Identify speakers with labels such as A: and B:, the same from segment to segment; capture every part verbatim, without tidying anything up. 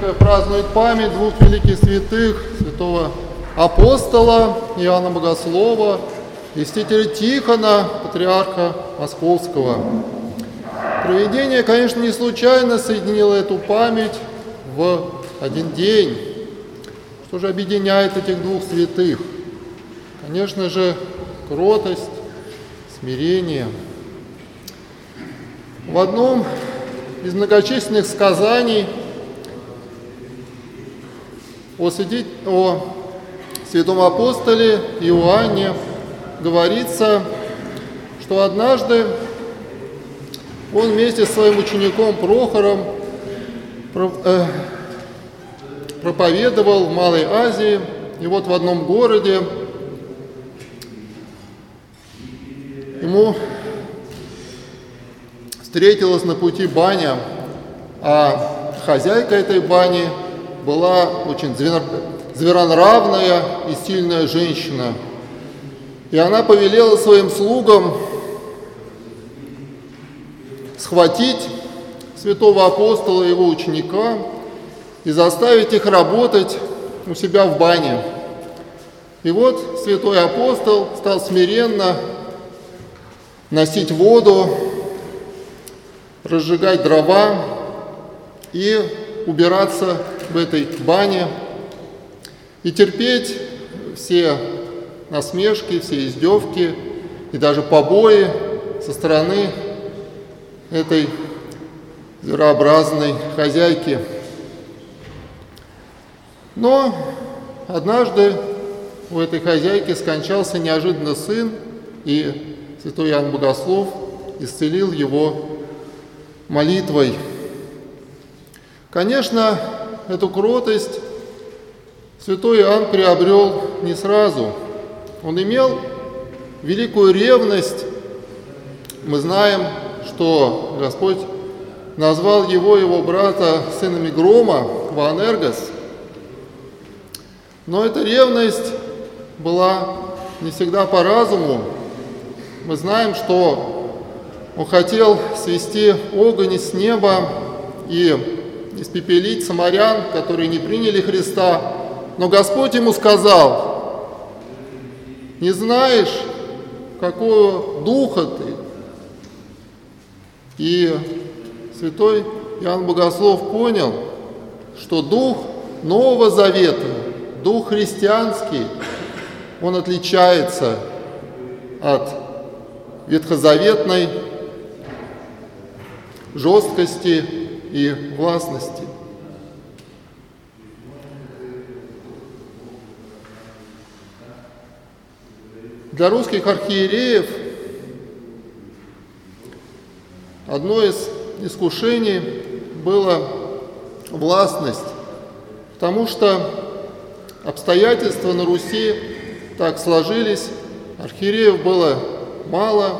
A: Церковь празднует память двух великих святых, святого апостола Иоанна Богослова и святителя Тихона, патриарха Московского. Провидение, конечно, не случайно соединило эту память в один день. Что же объединяет этих двух святых? Конечно же, кротость, смирение. В одном из многочисленных сказаний о, святи... о святом апостоле Иоанне говорится, что однажды он вместе с своим учеником Прохором проповедовал в Малой Азии, и вот в одном городе ему встретилась на пути баня, а хозяйка этой бани была очень зверонравная и сильная женщина. И она повелела своим слугам схватить святого апостола и его ученика и заставить их работать у себя в бане. И вот святой апостол стал смиренно носить воду, разжигать дрова и убираться в этой бане, и терпеть все насмешки, все издевки и даже побои со стороны этой зверообразной хозяйки. Но однажды у этой хозяйки скончался неожиданно сын, и святой Иоанн Богослов исцелил его молитвой. Конечно, эту кротость святой Иоанн приобрел не сразу. Он имел великую ревность. Мы знаем, что Господь назвал его и его брата сынами грома, Ваэнергос. Но эта ревность была не всегда по разуму. Мы знаем, что он хотел свести огонь с неба и испепелить самарян, которые не приняли Христа. Но Господь ему сказал: не знаешь, какого духа ты. И святой Иоанн Богослов понял, что дух Нового Завета, дух христианский, он отличается от ветхозаветной жесткости и властности. Для русских архиереев одно из искушений было властность, потому что обстоятельства на Руси так сложились, архиереев было мало,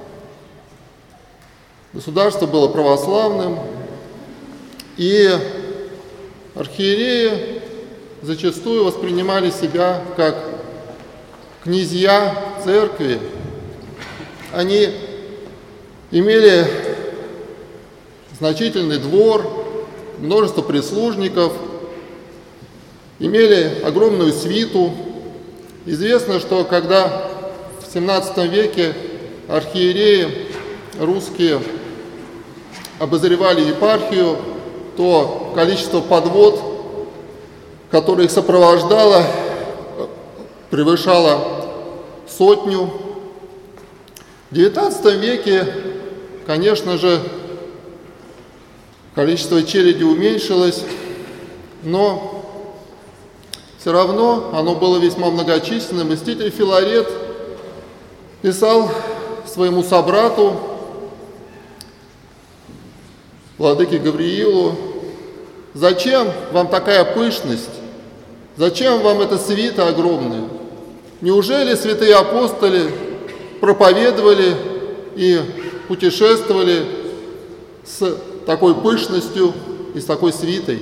A: государство было православным, и архиереи зачастую воспринимали себя как князья церкви. Они имели значительный двор, множество прислужников, имели огромную свиту. Известно, что когда в семнадцатом веке архиереи русские обозревали епархию, то количество подвод, которое их сопровождало, превышало сотню. В девятнадцатом веке, конечно же, количество челяди уменьшилось, но все равно оно было весьма многочисленным. Мститель Филарет писал своему собрату, владыке Гавриилу: зачем вам такая пышность? Зачем вам эта свита огромная? Неужели святые апостоли проповедовали и путешествовали с такой пышностью и с такой свитой?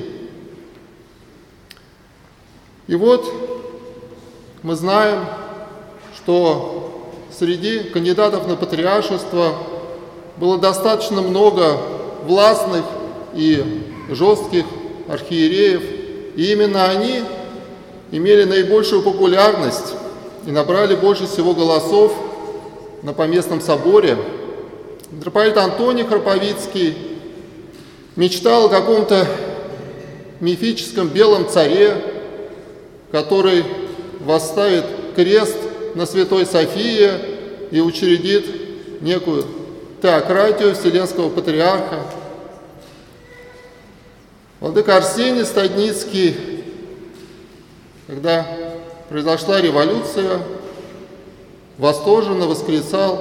A: И вот мы знаем, что среди кандидатов на патриаршество было достаточно много властных и жестких архиереев, и именно они имели наибольшую популярность и набрали больше всего голосов на поместном соборе. Митрополит Антоний Храповицкий мечтал о каком-то мифическом белом царе, который восставит крест на Святой Софии и учредит некую теократию Вселенского Патриарха. Владыка Арсений Стадницкий, когда произошла революция, восторженно восклицал: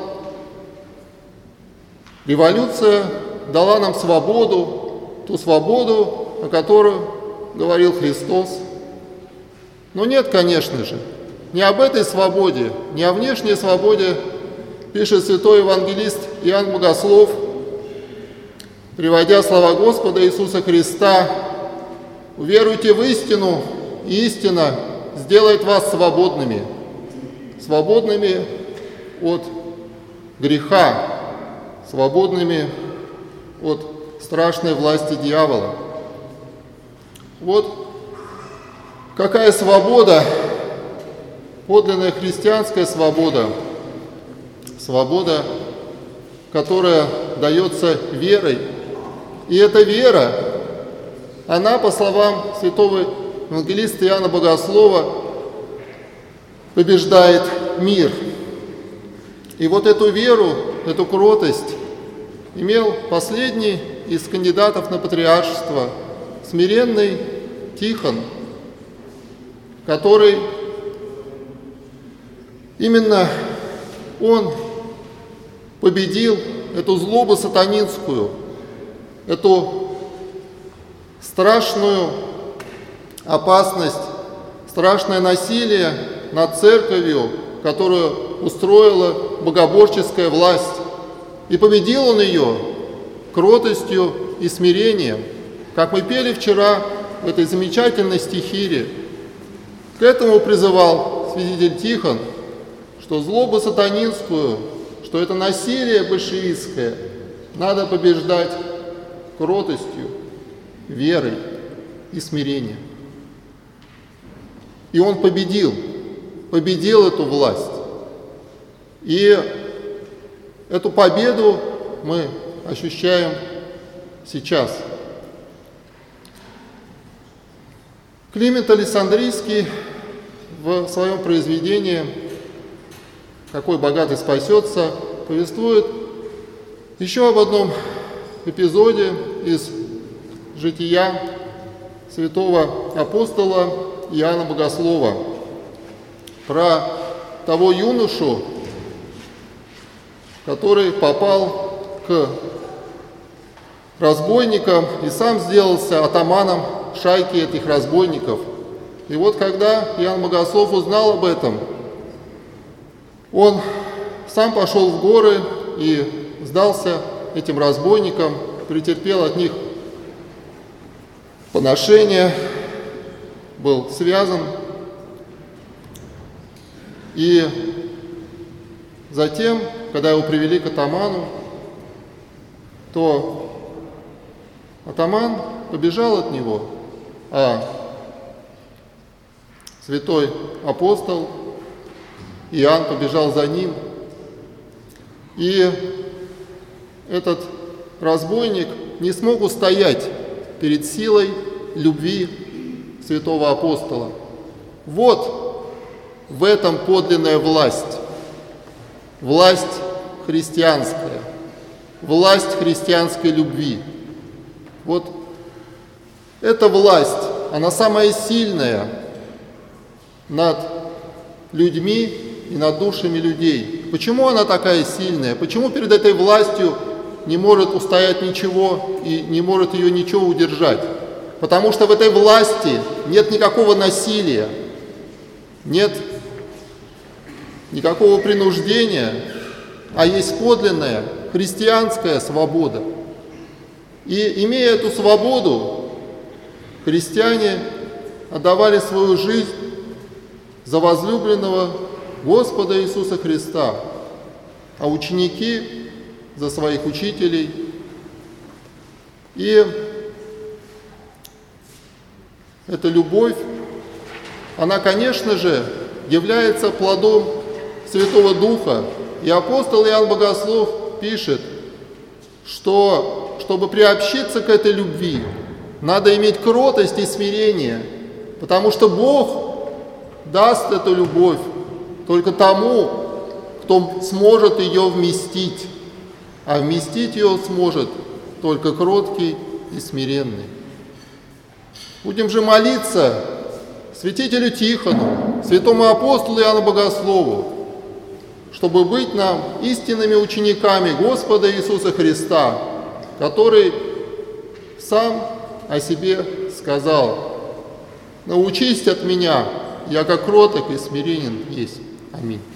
A: революция дала нам свободу, ту свободу, о которой говорил Христос. Но нет, конечно же, не об этой свободе, не о внешней свободе пишет святой евангелист Иоанн Богослов, приводя слова Господа Иисуса Христа: «Уверуйте в истину, и истина сделает вас свободными, свободными от греха, свободными от страшной власти дьявола». Вот какая свобода, подлинная христианская свобода, свобода, которая дается верой. И эта вера, она, по словам святого евангелиста Иоанна Богослова, побеждает мир. И вот эту веру, эту кротость имел последний из кандидатов на патриаршество, смиренный Тихон, который именно он победил эту злобу сатанинскую, эту страшную опасность, страшное насилие над церковью, которую устроила богоборческая власть. И победил он ее кротостью и смирением, как мы пели вчера в этой замечательной стихире. К этому призывал святитель Тихон, что злобу сатанинскую, что это насилие большевистское надо побеждать кротостью, верой и смирением. И он победил, победил эту власть. И эту победу мы ощущаем сейчас. Климент Александрийский в своем произведении «Какой богатый спасется» повествует еще об одном эпизоде из жития святого апостола Иоанна Богослова, про того юношу, который попал к разбойникам и сам сделался атаманом шайки этих разбойников. И вот когда Иоанн Богослов узнал об этом, он сам пошел в горы и сдался этим разбойникам, претерпел от них поношение, был связан. И затем, когда его привели к атаману, то атаман побежал от него, а святой апостол Иоанн побежал за ним. И этот разбойник не смог устоять перед силой любви святого апостола. Вот в этом подлинная власть, власть христианская, власть христианской любви. Вот эта власть, она самая сильная над людьми и над душами людей. Почему она такая сильная? Почему перед этой властью не может устоять ничего и не может ее ничего удержать? Потому что в этой власти нет никакого насилия, нет никакого принуждения, а есть подлинная христианская свобода. И имея эту свободу, христиане отдавали свою жизнь за возлюбленного Господа Иисуса Христа, а ученики за своих учителей. И эта любовь, она, конечно же, является плодом Святого Духа. И апостол Иоанн Богослов пишет, что, чтобы приобщиться к этой любви, надо иметь кротость и смирение, потому что Бог даст эту любовь только тому, кто сможет ее вместить, а вместить ее сможет только кроткий и смиренный. Будем же молиться святителю Тихону, святому апостолу Иоанну Богослову, чтобы быть нам истинными учениками Господа Иисуса Христа, который сам о себе сказал: «Научись от меня, я как кроток и смиренен есть». Аминь.